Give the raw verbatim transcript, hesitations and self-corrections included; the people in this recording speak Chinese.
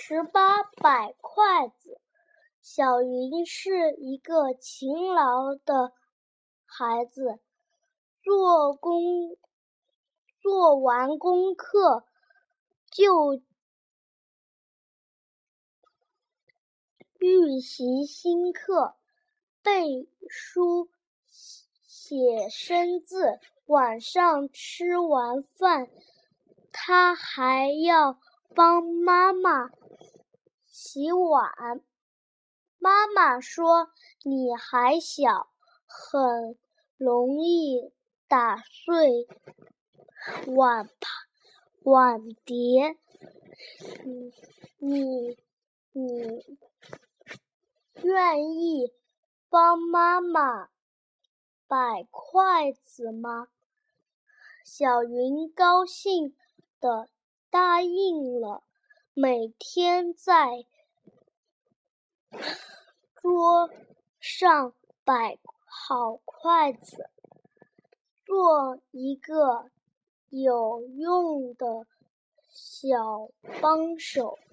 十八摆筷子。小云是一个勤劳的孩子，做功做完功课就预习新课，背书写生字。晚上吃完饭，他还要帮妈妈洗碗。妈妈说：“你还小，很容易打碎碗碗碟。你你你愿意帮妈妈摆筷子吗？”小云高兴地答应了，每天在桌上摆好筷子，做一个有用的小帮手。